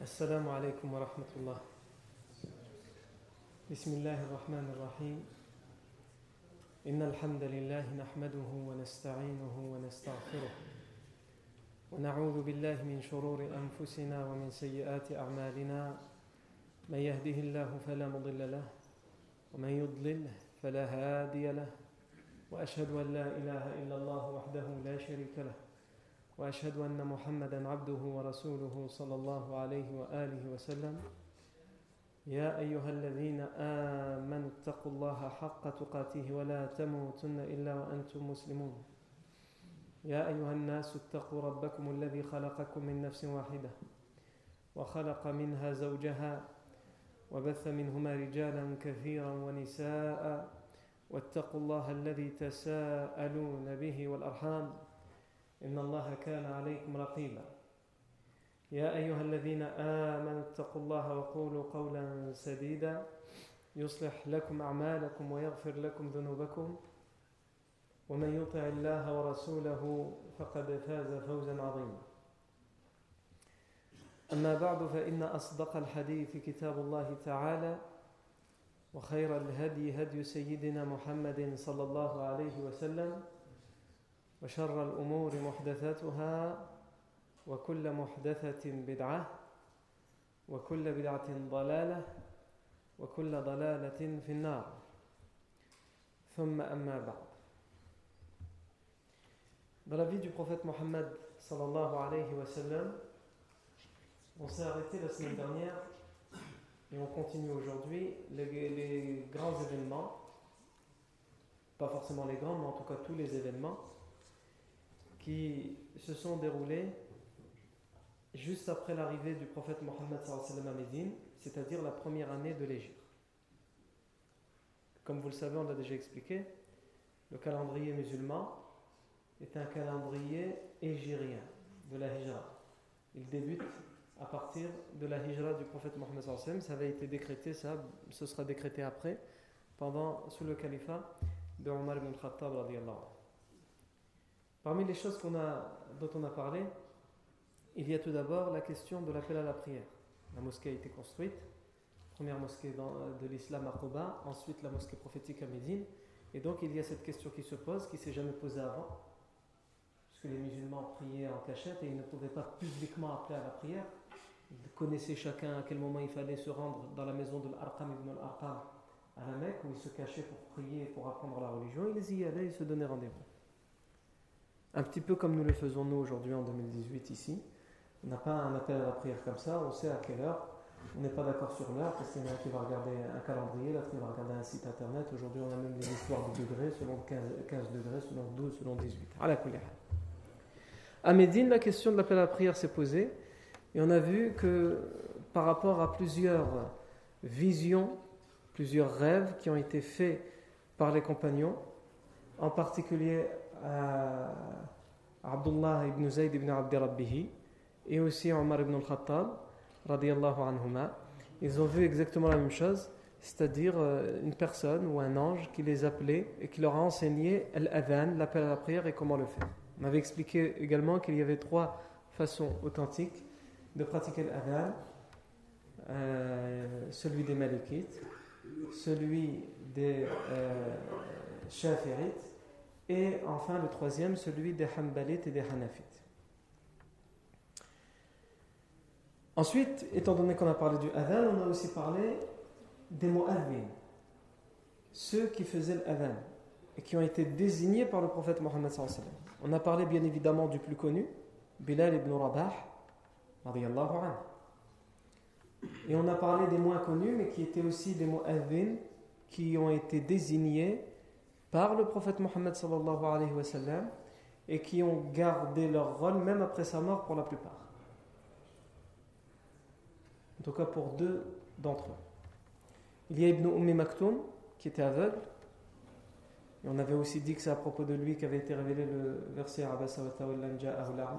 السلام عليكم ورحمة الله. بسم الله الرحمن الرحيم. إن الحمد لله نحمده ونستعينه ونستغفره ونعوذ بالله من شرور أنفسنا ومن سيئات أعمالنا. من يهده الله فلا مضل له ومن يضلل فلا هادي له وأشهد أن لا إله إلا الله وحده لا شريك له وأشهد أن محمدًا عبده ورسوله صلى الله عليه وآله وسلم. يا أيها الذين آمنوا اتقوا الله حق تقاته ولا تموتن إلا وأنتم مسلمون. يا أيها الناس اتقوا ربكم الذي خلقكم من نفس واحدة وخلق منها زوجها وبث منهما رجالا كثيرا ونساء واتقوا الله الذي تساءلون به والأرحام إن الله كان عليكم رقيبا. يا أيها الذين آمنوا اتقوا الله وقولوا قولا سديدا يصلح لكم أعمالكم ويغفر لكم ذنوبكم ومن يطع الله ورسوله فقد فاز فوزا عظيما. أما بعد فإن أصدق الحديث كتاب الله تعالى وخير الهدي هدي سيدنا محمد صلى الله عليه وسلم وشر الأمور محدثاتها وكل محدثة بدعة وكل بدعة ضلالة وكل ضلالة في النار. ثم أما بعد. Dans la vie du prophète Mohammed sallallahu alayhi wa sallam, on s'est arrêté la semaine dernière et on continue aujourd'hui les grands événements, pas forcément les grands mais en tout cas tous les événements qui se sont déroulés juste après l'arrivée du prophète Mohammed sallallahu alayhi wa sallam à Médine, c'est-à-dire la première année de l'Hégire. Comme vous le savez, on l'a déjà expliqué, le calendrier musulman est un calendrier hégirien de la Hijra. Il débute à partir de la Hijra du prophète Mohammed sallallahu alayhi wa sallam. Ça avait été décrété, ce sera décrété après, sous le califat de Omar ibn al-Khattab radiyallahu anhu. Parmi les choses dont on a parlé, il y a tout d'abord la question de l'appel à la prière. La mosquée a été construite, première mosquée de l'islam à Quba, ensuite la mosquée prophétique à Médine. Et donc il y a cette question qui se pose, qui ne s'est jamais posée avant, puisque les musulmans priaient en cachette et ils ne pouvaient pas publiquement appeler à la prière. Ils connaissaient chacun à quel moment il fallait se rendre dans la maison de l'Arqam ibn al-Arqam à la Mecque, où ils se cachaient pour prier, pour apprendre la religion. Ils y allaient, ils se donnaient rendez-vous. Un petit peu comme nous le faisons nous aujourd'hui en 2018 ici. On n'a pas un appel à la prière comme ça, on sait à quelle heure. On n'est pas d'accord sur l'heure parce qu'il y en a un qui va regarder un calendrier, l'autre qui va regarder un site internet. Aujourd'hui on a même des histoires de degrés, selon 15 degrés, selon 12, selon 18. À Médine, la question de l'appel à la prière s'est posée et on a vu que par rapport à plusieurs visions, plusieurs rêves qui ont été faits par les compagnons, en particulier Abdullah ibn Zayd ibn Abdi Rabbihi et aussi Omar ibn al-Khattab radiyallahu anhuma, ils ont vu exactement la même chose, c'est-à-dire une personne ou un ange qui les appelait et qui leur a enseigné l'adhan, l'appel à la prière et comment le faire. On avait expliqué également qu'il y avait 3 façons authentiques de pratiquer l'adhan, celui des Malikites, celui des Shafirites et enfin le 3e, celui des Hanbalites et des Hanafites. Ensuite, étant donné qu'on a parlé du adhan, on a aussi parlé des mu'adhin, ceux qui faisaient l'adhan et qui ont été désignés par le prophète Mohammed sallallahu alayhi wa sallam. On a parlé bien évidemment du plus connu, Bilal ibn Rabah radiyallahu anhu. Et on a parlé des moins connus mais qui étaient aussi des mu'adhin qui ont été désignés par le prophète Mohammed sallallahu alayhi wa sallam et qui ont gardé leur rôle même après sa mort pour la plupart. En tout cas pour 2 d'entre eux. Il y a Ibn Maktoum qui était aveugle. Et on avait aussi dit que c'est à propos de lui qu'avait été révélé le verset Abasa wa tawallan ja'ahu al-a'ma.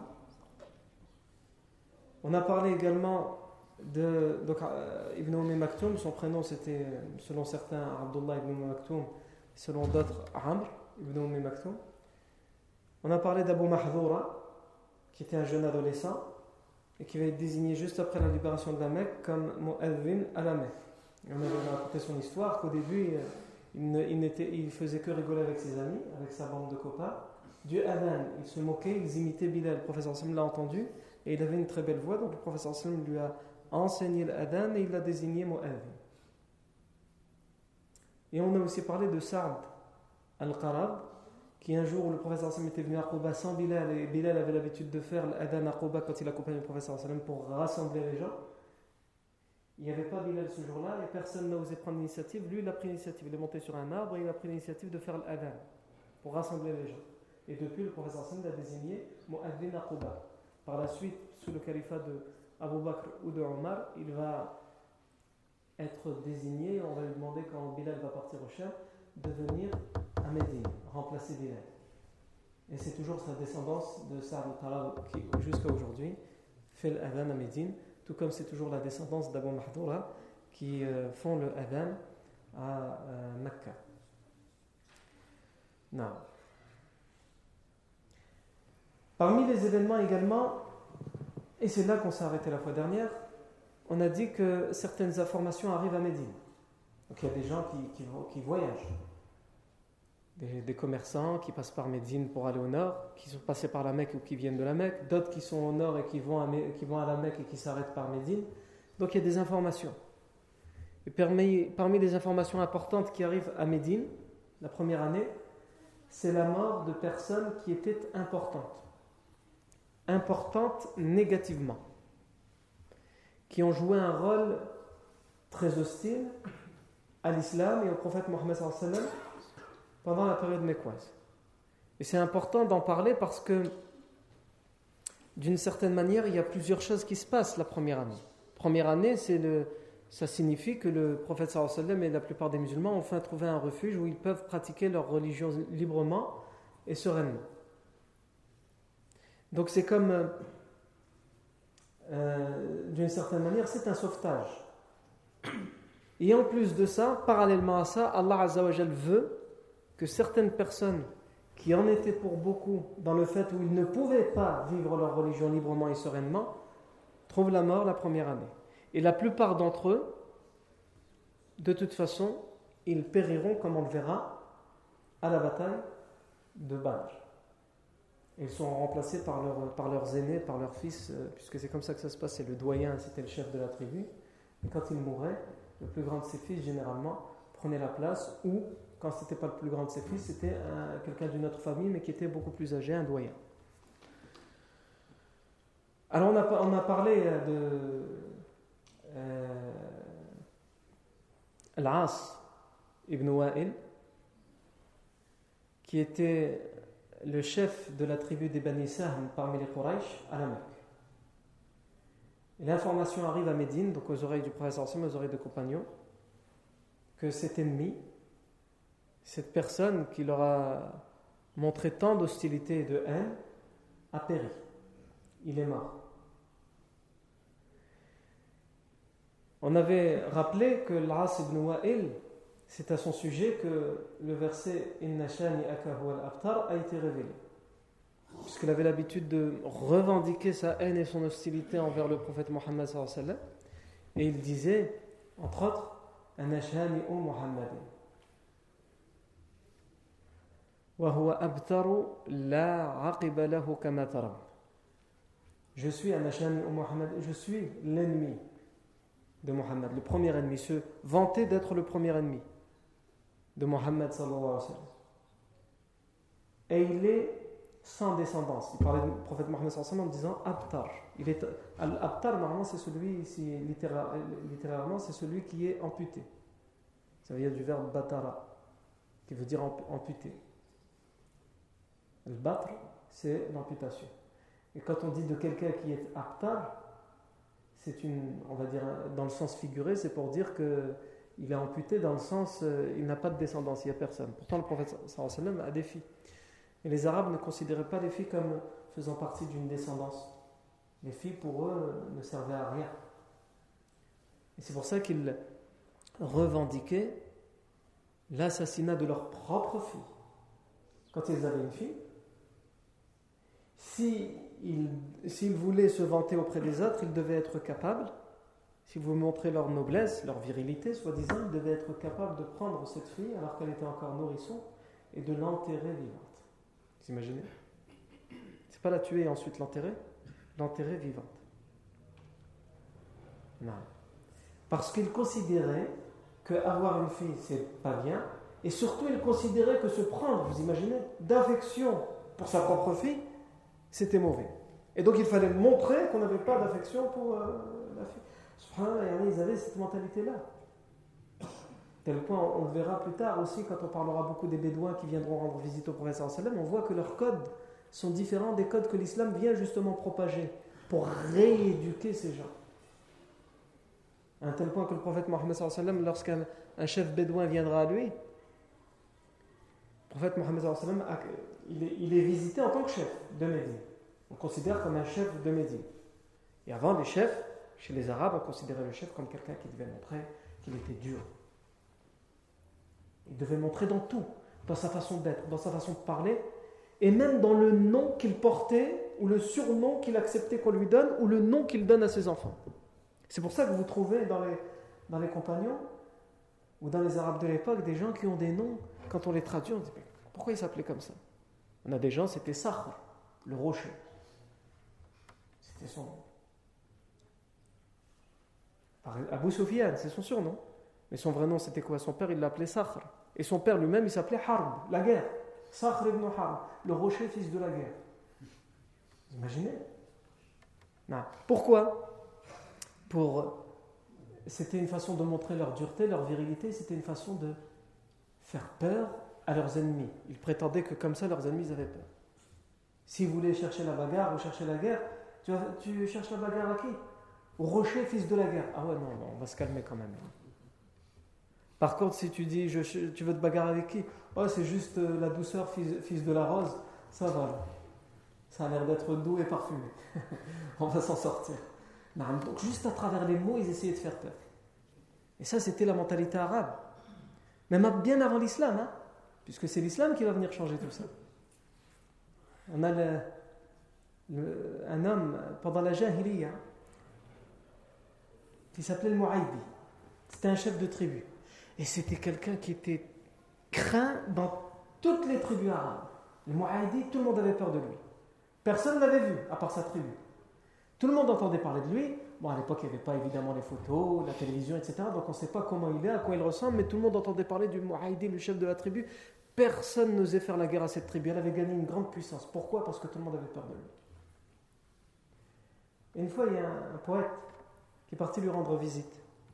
On a parlé également de Ibn Maktoum. Son prénom c'était, selon certains, Abdullah ibn Maktoum, selon d'autres, Amr ibn Maktoum. On a parlé d'Abu Mahdhoura qui était un jeune adolescent et qui va être désigné juste après la libération de la Mecque comme Mu'adhin à la Mecque. Et on avait raconté son histoire qu'au début il faisait que rigoler avec ses amis, avec sa bande de copains. Du adhan, il se moquait, ils imitaient Bilal. Le professeur sallam l'a entendu et il avait une très belle voix, donc le professeur sallam lui a enseigné l'adhan et il l'a désigné Mu'adhin. Et on a aussi parlé de Sa'd al-Qarad, qui un jour où le professeur sallam était venu à Quba sans Bilal, et Bilal avait l'habitude de faire l'adhan à Quba quand il accompagnait le professeur sallam pour rassembler les gens. Il n'y avait pas Bilal ce jour-là et personne n'a osé prendre l'initiative. Lui, il a pris l'initiative. Il est monté sur un arbre et il a pris l'initiative de faire l'adhan pour rassembler les gens. Et depuis, le professeur sallam l'a désigné Mu'adhin à Quba. Par la suite, sous le califat de Abu Bakr ou de Omar, il va être désigné, on va lui demander quand Bilal va partir au Sham, de venir à Médine, remplacer Bilal. Et c'est toujours sa descendance de Sa'd al-Qarad qui, jusqu'à aujourd'hui, fait l'adhan à Médine, tout comme c'est toujours la descendance d'Abu Mahdoura qui font le adhan à Mecca. Non. Parmi les événements également, et c'est là qu'on s'est arrêté la fois dernière, on a dit que certaines informations arrivent à Médine. Donc il y a des gens qui voyagent, des commerçants qui passent par Médine pour aller au nord, qui sont passés par la Mecque ou qui viennent de la Mecque, d'autres qui sont au nord et qui vont à la Mecque et qui s'arrêtent par Médine. Donc il y a des informations. Et parmi les informations importantes qui arrivent à Médine, la première année, c'est la mort de personnes qui étaient importantes négativement, qui ont joué un rôle très hostile à l'islam et au prophète Mohammed sallallahu alayhi wa sallam pendant la période mécoise. Et c'est important d'en parler parce que d'une certaine manière, il y a plusieurs choses qui se passent la première année. Première année, ça signifie que le prophète sallallahu alayhi wa sallam et la plupart des musulmans ont enfin trouvé un refuge où ils peuvent pratiquer leur religion librement et sereinement. Donc c'est comme, d'une certaine manière, c'est un sauvetage. Et en plus de ça, parallèlement à ça, Allah Azza wa Jal veut que certaines personnes qui en étaient pour beaucoup dans le fait où ils ne pouvaient pas vivre leur religion librement et sereinement, trouvent la mort la première année. Et la plupart d'entre eux, de toute façon, ils périront, comme on le verra, à la bataille de Badr. Ils sont remplacés par leurs aînés, par leurs fils, puisque c'est comme ça que ça se passe. C'est le doyen, c'était le chef de la tribu. Et quand il mourait, le plus grand de ses fils, généralement, prenait la place, ou, quand ce n'était pas le plus grand de ses fils, c'était quelqu'un d'une autre famille, mais qui était beaucoup plus âgé, un doyen. Alors on a parlé de Al-As ibn Wa'il, qui était le chef de la tribu des Bani Sahm parmi les Quraysh à la Mecque. Et l'information arrive à Médine, donc aux oreilles du prophète, aux oreilles de compagnons, que cet ennemi, cette personne qui leur a montré tant d'hostilité et de haine, a péri. Il est mort. On avait rappelé que l'As ibn Wa'il, c'est à son sujet que le verset Inna shani aka huwa al-abtar a été révélé. Puisqu'il avait l'habitude de revendiquer sa haine et son hostilité envers le prophète Mohammed sallallahu alayhi wa sallam. Et il disait, entre autres, Anna shani Muhammadin. Wa huwa abtaru la aqiba lahu kama tara. Je suis Anna shani Muhammad, je suis l'ennemi de Mohammed, le premier ennemi, se vanter d'être le premier ennemi de Mohammed sallallahu alayhi wa sallam. Et il est sans descendance. Il parlait du prophète Mohammed sallallahu alayhi wa sallam en disant Abtar. Al-Abtar, normalement, c'est celui, ici, littéralement, c'est celui qui est amputé. Ça vient du verbe batara, qui veut dire amputé. Al-Batr, c'est l'amputation. Et quand on dit de quelqu'un qui est Abtar, c'est on va dire, dans le sens figuré, c'est pour dire qu'il est amputé dans le sens, il n'a pas de descendance, il n'y a personne. Pourtant, le prophète sallallahu alayhi wa sallam a des filles. Et les Arabes ne considéraient pas les filles comme faisant partie d'une descendance. Les filles, pour eux, ne servaient à rien. Et c'est pour ça qu'ils revendiquaient l'assassinat de leur propre fille. Quand ils avaient une fille, si s'il voulait se vanter auprès des autres, il devait être capable, si vous montrez leur noblesse, leur virilité, soi-disant, il devait être capable de prendre cette fille alors qu'elle était encore nourrisson et de l'enterrer vivante. Vous imaginez? C'est pas la tuer et ensuite l'enterrer vivante. Non. Parce qu'il considérait qu'avoir une fille, c'est pas bien, et surtout il considérait que se prendre, vous imaginez, d'affection pour sa propre fille, c'était mauvais. Et donc il fallait montrer qu'on n'avait pas d'affection pour la fille. Subhanallah, ils avaient cette mentalité-là. Tel point, on le verra plus tard aussi quand on parlera beaucoup des Bédouins qui viendront rendre visite au prophète sallallahu alayhi wa sallam, on voit que leurs codes sont différents des codes que l'islam vient justement propager pour rééduquer ces gens. À un tel point que le prophète Mohammed sallallahu alayhi wa sallam, lorsqu'un chef bédouin viendra à lui, le prophète Mohammed sallallahu alayhi wa sallam, il est visité en tant que chef de Médine. On considère comme un chef de Médine. Et avant, les chefs, chez les Arabes, on considérait le chef comme quelqu'un qui devait montrer qu'il était dur. Il devait montrer dans tout, dans sa façon d'être, dans sa façon de parler, et même dans le nom qu'il portait, ou le surnom qu'il acceptait qu'on lui donne, ou le nom qu'il donne à ses enfants. C'est pour ça que vous trouvez dans les compagnons, ou dans les Arabes de l'époque, des gens qui ont des noms, quand on les traduit, on dit pourquoi ils s'appelaient comme ça? On a des gens, c'était Sakhr, le rocher. C'était son nom. Abu Sufyan, c'est son surnom. Mais son vrai nom, c'était quoi? Son père, il l'appelait Sakhr. Et son père lui-même, il s'appelait Harb, la guerre. Sakhr ibn Harb, le rocher, fils de la guerre. Vous imaginez? Non. Pourquoi? C'était une façon de montrer leur dureté, leur virilité. C'était une façon de faire peur à leurs ennemis. Ils prétendaient que comme ça, leurs ennemis avaient peur. S'ils voulaient chercher la bagarre ou chercher la guerre, tu cherches la bagarre à qui? Au rocher, fils de la guerre. Ah ouais, non, on va se calmer quand même. Par contre, si tu dis, tu veux te bagarrer avec qui? Oh, c'est juste la douceur, fils de la rose. Ça va. Ça a l'air d'être doux et parfumé. On va s'en sortir. Donc, juste à travers les mots, ils essayaient de faire peur. Et ça, c'était la mentalité arabe. Même bien avant l'islam, hein, puisque c'est l'islam qui va venir changer tout ça. On a un homme, pendant la Jahiliya, qui s'appelait le Mu'aydi. C'était un chef de tribu. Et c'était quelqu'un qui était craint dans toutes les tribus arabes. Le Mu'aydi, tout le monde avait peur de lui. Personne ne l'avait vu, à part sa tribu. Tout le monde entendait parler de lui. Bon, à l'époque, il n'y avait pas évidemment les photos, la télévision, etc. Donc on ne sait pas comment il est, à quoi il ressemble, mais tout le monde entendait parler du Mu'aydi, le chef de la tribu. Personne n'osait faire la guerre à cette tribu. Elle avait gagné une grande puissance. Pourquoi? Parce que tout le monde avait peur de lui. Et une fois, il y a un poète qui est parti lui rendre visite.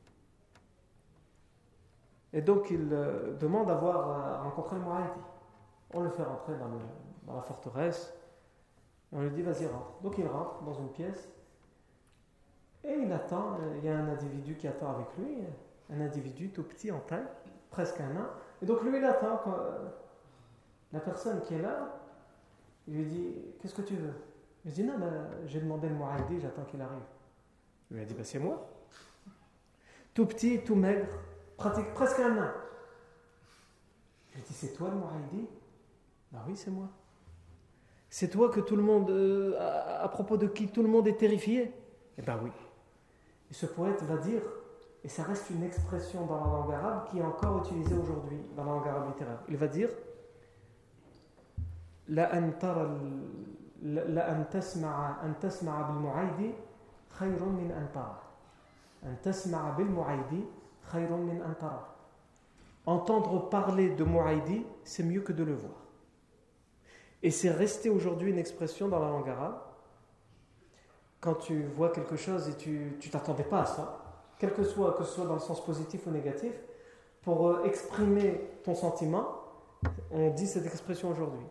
Et donc, il demande d'avoir rencontré le Mu'aydi. On le fait rentrer dans la forteresse. Et on lui dit, vas-y, rentre. Donc, il rentre dans une pièce. Et il attend. Il y a un individu qui attend avec lui. Un individu tout petit en taille, presque un nain. Et donc, lui, il attend. Quand la personne qui est là, il lui dit, qu'est-ce que tu veux? Il dit, non, j'ai demandé le Mu'aydi, j'attends qu'il arrive. Il lui a dit, c'est moi. Tout petit, tout maigre, presque un nain. Il lui dit, c'est toi le Mu'aydi? Oui, c'est moi. C'est toi que tout le monde, à propos de qui tout le monde est terrifié? Oui. Et ce poète va dire, et ça reste une expression dans la langue arabe qui est encore utilisée aujourd'hui dans la langue arabe littéraire. Il va dire, La an tasma'a bil mu'aydi khayrun min an tara. An tasma'a bil mu'aydi khayrun min an tara. Entendre parler de Mu'aydi, c'est mieux que de le voir. Et c'est resté aujourd'hui une expression dans la langue arabe. Quand tu vois quelque chose et tu t'attendais pas à ça, que ce soit dans le sens positif ou négatif, pour exprimer ton sentiment, on dit cette expression aujourd'hui.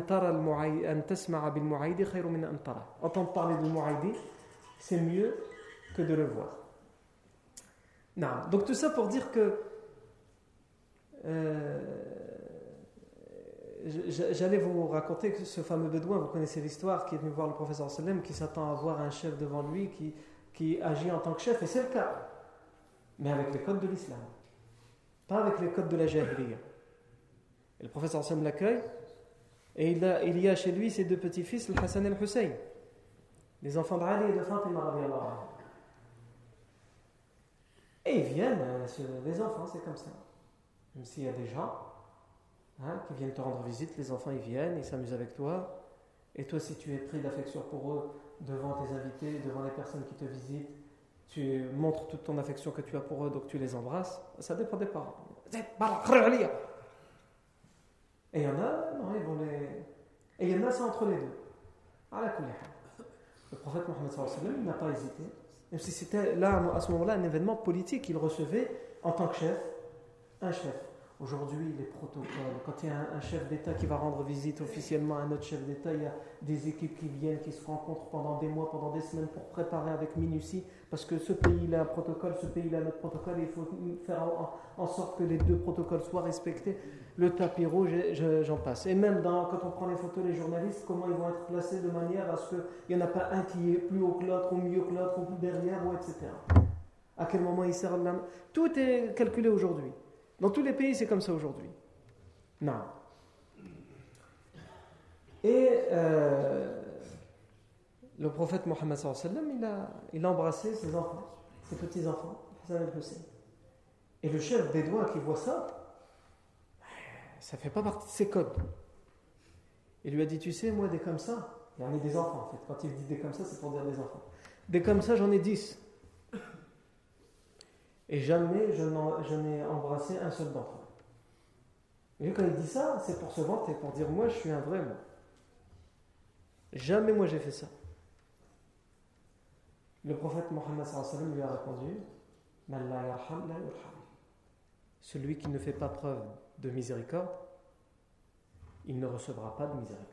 Entendre parler de Mu'aydi, c'est mieux que de le voir. Non. Donc tout ça pour dire que j'allais vous raconter que ce fameux bédouin, vous connaissez l'histoire, qui est venu voir le prophète sallallahu alayhi wa sallam, qui s'attend à voir un chef devant lui qui agit en tant que chef, et c'est le cas, mais avec les codes de l'islam, pas avec les codes de la jahiliya. Et le prophète sallallahu alayhi wa sallam l'accueille, et il y a chez lui ses deux petits-fils, le Hassan et le Hussein. les enfants d'Ali et de Fatima radiallahu anhu. Et ils viennent, les enfants, c'est comme ça. Même s'il y a des gens qui viennent te rendre visite, les enfants ils viennent, ils s'amusent avec toi. Et toi, si tu es pris d'affection pour eux, devant tes invités, devant les personnes qui te visitent, tu montres toute ton affection que tu as pour eux, donc tu les embrasses. Ça dépend des parents. Et il y en a, non, ils vont les. Et il y en a, c'est entre les deux. Le prophète Mohammed sallallahu alayhi wa sallam n'a pas hésité. Même si c'était là, à ce moment-là, un événement politique, il recevait en tant que chef, un chef. Aujourd'hui, les protocoles, quand il y a un chef d'État qui va rendre visite officiellement à un autre chef d'État, il y a des équipes qui viennent, qui se rencontrent pendant des mois, pendant des semaines pour préparer avec minutie, parce que ce pays-là a un protocole, ce pays-là a un autre protocole, et il faut faire en sorte que les deux protocoles soient respectés. Le tapis rouge, j'en passe. Et même quand on prend les photos, les journalistes, comment ils vont être placés de manière à ce qu'il n'y en a pas un qui est plus haut que l'autre, ou mieux que l'autre, ou plus derrière, ou etc. À quel moment ils serrent la main. Tout est calculé aujourd'hui. Dans tous les pays, c'est comme ça aujourd'hui. Non. Et le prophète Mohammed sallallahu alayhi wa sallam, il a embrassé ses enfants, ses petits-enfants, Hassan et Hussein. Et le chef bédouin qui voit ça, ça ne fait pas partie de ses codes. Il lui a dit, tu sais, moi, des comme ça, il y en a des enfants en fait. Quand il dit des comme ça, c'est pour dire des enfants. Des comme ça, j'en ai 10. Et jamais je n'ai embrassé un seul d'entre eux. Et quand il dit ça, c'est pour se vanter, pour dire moi je suis un vrai moi. Jamais moi j'ai fait ça. Le prophète Mohammed sallallahu alayhi wa sallam lui a répondu Man la yarham la yurham. Celui qui ne fait pas preuve de miséricorde, il ne recevra pas de miséricorde.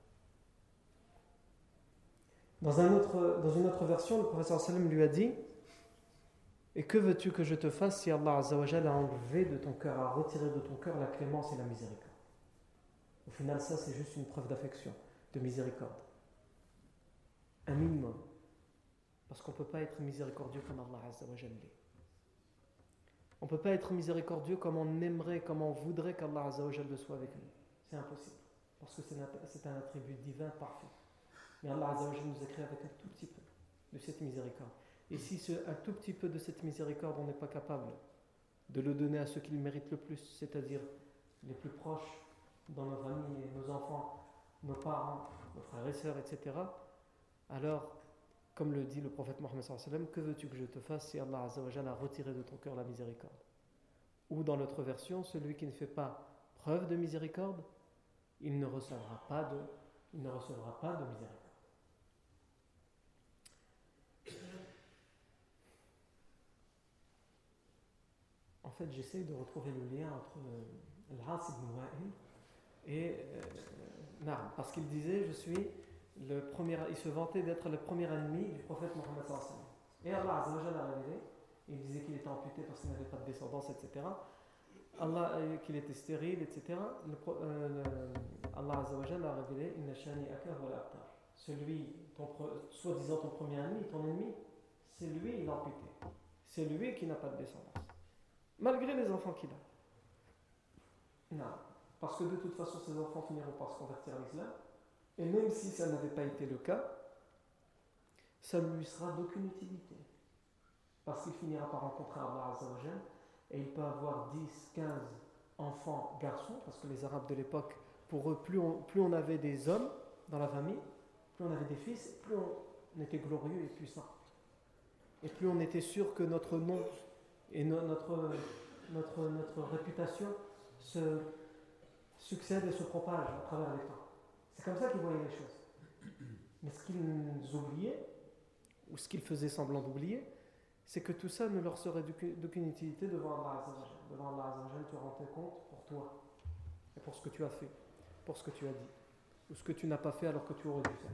Dans une autre version, le prophète sallallahu alayhi wa sallam lui a dit Et que veux-tu que je te fasse si Allah Azza wa Jalla a enlevé de ton cœur, a retiré de ton cœur la clémence et la miséricorde? Au final, ça c'est juste une preuve d'affection, de miséricorde. Un minimum. Parce qu'on ne peut pas être miséricordieux comme Allah Azza wa Jalla l'est. On ne peut pas être miséricordieux comme on aimerait, comme on voudrait qu'Allah Azza wa Jalla soit avec nous. C'est impossible. Parce que c'est un attribut divin parfait. Mais Allah Azza wa Jalla nous a créé avec un tout petit peu de cette miséricorde. Et si un tout petit peu de cette miséricorde, on n'est pas capable de le donner à ceux qui le méritent le plus, c'est-à-dire les plus proches dans nos familles, nos enfants, nos parents, nos frères et sœurs, etc., alors, comme le dit le prophète Mohammed sallallahu alayhi wa sallam, que veux-tu que je te fasse si Allah Azza wa Jalla a retiré de ton cœur la miséricorde? Ou dans l'autre version, celui qui ne fait pas preuve de miséricorde, il ne recevra pas de miséricorde. En fait, j'essaie de retrouver le lien entre Al-As ibn Wa'il et Naam, parce qu'il disait, il se vantait d'être le premier ennemi du prophète Mohammed sallallahu alayhi wa sallam. Et Allah Azza wa Jalla a révélé, il disait qu'il était amputé parce qu'il n'avait pas de descendance, etc. Qu'il était stérile, etc. Allah Azza wa Jalla a révélé, Inna shani'aka huwa al-abtar. Celui, soi-disant ton premier ennemi, ton ennemi, c'est lui l'amputé. C'est lui qui n'a pas de descendance. Malgré les enfants qu'il a. Non. Parce que de toute façon, ces enfants finiront par se convertir à l'islam. Et même si ça n'avait pas été le cas, ça ne lui sera d'aucune utilité. Parce qu'il finira par rencontrer Allah Azza wa Jalla et il peut avoir 10, 15 enfants garçons, parce que les Arabes de l'époque, pour eux, plus on avait des hommes dans la famille, plus on avait des fils, plus on était glorieux et puissant. Et plus on était sûr que notre nom et notre réputation se succède et se propage à travers les temps. C'est comme ça qu'ils voyaient les choses. Mais ce qu'ils oubliaient, ou ce qu'ils faisaient semblant d'oublier, c'est que tout ça ne leur serait d'aucune utilité devant Allah Azza wa Jalla. Devant Allah Azza wa Jalla, tu rends compte pour toi, et pour ce que tu as fait, pour ce que tu as dit, ou ce que tu n'as pas fait alors que tu aurais dû faire.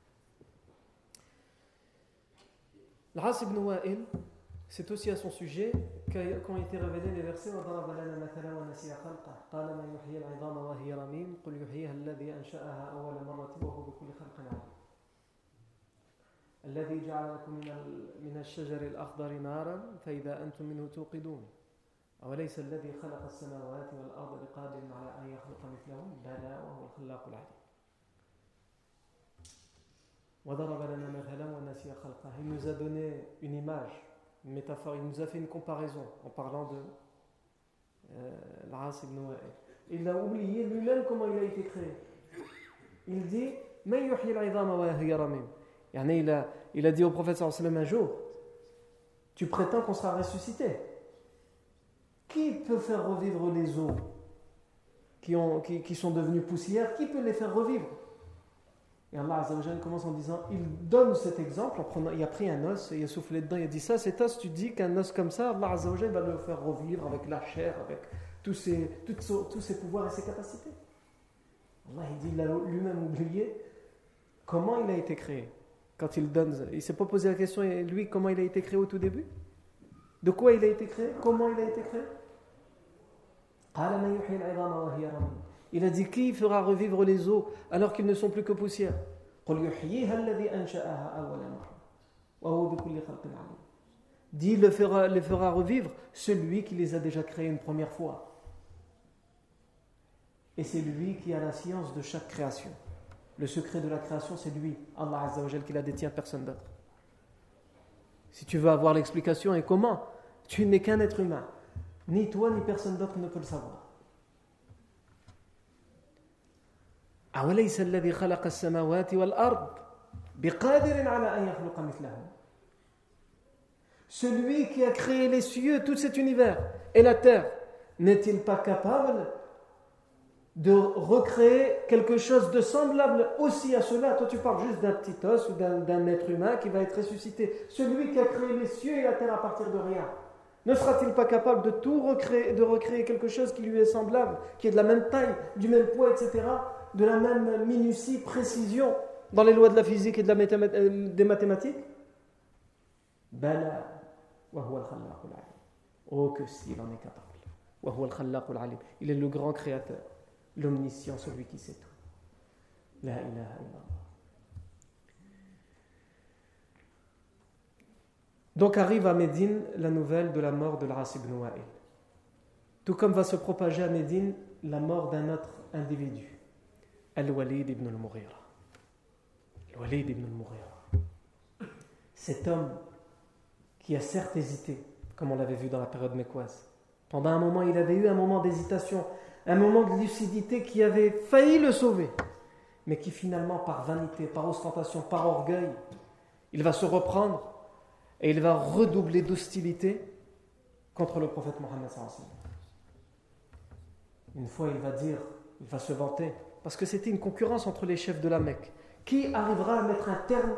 Al-As ibn Wa'il, c'est aussi à son sujet qu'ont été révélés les versets وَضَرَبَ لَنَا مَثَلًا وَنَسِيَ خَلْقَهُ قَالَ مَنْ يُحْيِي الْعِظَامَ وَهِيَ رَمِيمٌ قُلْ يُحْيِيهَا الَّذِي أَنشَأَهَا أَوَّلَ مَرَّةٍ وَهُوَ بِكُلِّ خَلْقٍ عَلِيمٌ الَّذِي جَعَلَ لَكُم مِّنَ الشَّجَرِ الْأَخْضَرِ نَارًا فَإِذَا أَنْتُم مِّنْهُ تُوقِدُونَ أَوَلَيْسَ الَّذِي خَلَقَ السَّمَاوَاتِ وَالْأَرْضَ بِقَادِرٍ عَلَىٰ أَن يَخْلُقَ مِثْلَهُم بَلَىٰ وَهُوَ الْخَلَّاقُ الْعَلِيمُ. Il nous a donné une image, une métaphore, il nous a fait une comparaison en parlant de l'As ibn Wa'il. Il a oublié lui-même comment il a été créé. Il dit il a dit au prophète sallallahu alayhi wa sallam un jour, tu prétends qu'on sera ressuscité. Qui peut faire revivre les os qui sont devenus poussière? Qui peut les faire revivre? Et Allah Azza wa Jalla commence en disant, il donne cet exemple, il a pris un os, il a soufflé dedans, il a dit ça, cet os, tu dis qu'un os comme ça, Allah Azza wa Jalla va le faire revivre avec la chair, avec tous ses pouvoirs et ses capacités. Allah il dit, il a lui-même oublié comment il a été créé. Quand il donne, il ne s'est pas posé la question, et lui, comment il a été créé au tout début? De quoi il a été créé? Comment il a été créé? Il a dit, qui fera revivre les os alors qu'ils ne sont plus que poussière? Dit, les fera revivre celui qui les a déjà créés une première fois. Et c'est lui qui a la science de chaque création. Le secret de la création, c'est lui, Allah Azza wa Jal, qui la détient, personne d'autre. Si tu veux avoir l'explication et comment, tu n'es qu'un être humain. Ni toi, ni personne d'autre ne peut le savoir. أوليس الذي خلق السماوات والأرض بقادر على أن يخلق مثلهم. Celui qui a créé les cieux, tout cet univers et la terre, n'est-il pas capable de recréer quelque chose de semblable aussi à cela? Toi tu parles juste d'un petit os ou d'un être humain qui va être ressuscité. Celui qui a créé les cieux et la terre à partir de rien, ne sera-t-il pas capable de tout recréer, de recréer quelque chose qui lui est semblable, qui est de la même taille, du même poids, etc., de la même minutie, précision dans les lois de la physique et des mathématiques? Bala wa huwa al-khallaqul alim. Oh que s'il en est capable. Wa huwa al-khallaqul alim. Il est le grand créateur, l'omniscient, celui qui sait tout. La ilaha illallah. Donc arrive à Médine la nouvelle de la mort de l'As ibn Wa'il. Tout comme va se propager à Médine la mort d'un autre individu, Al-Walid ibn al-Mughira. Al-Walid ibn al-Mughira. Cet homme qui a certes hésité, comme on l'avait vu dans la période mécoise. Pendant un moment, il avait eu un moment d'hésitation, un moment de lucidité qui avait failli le sauver, mais qui finalement, par vanité, par ostentation, par orgueil, il va se reprendre et il va redoubler d'hostilité contre le prophète Mohammed sallallahu alayhi wa sallam. Une fois, il va se vanter, parce que c'était une concurrence entre les chefs de la Mecque. Qui arrivera à mettre un terme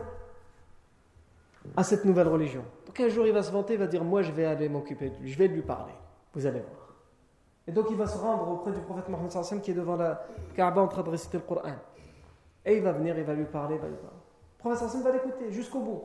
à cette nouvelle religion? Donc un jour, il va se vanter, il va dire, moi je vais aller m'occuper de lui, je vais lui parler, vous allez voir. Et donc il va se rendre auprès du prophète Mohammed sallallahu alayhi wa sallam qui est devant la Kaaba en train de réciter le Coran. Et il va venir, il va lui parler, Le prophète sallallahu alayhi wa sallam va l'écouter jusqu'au bout.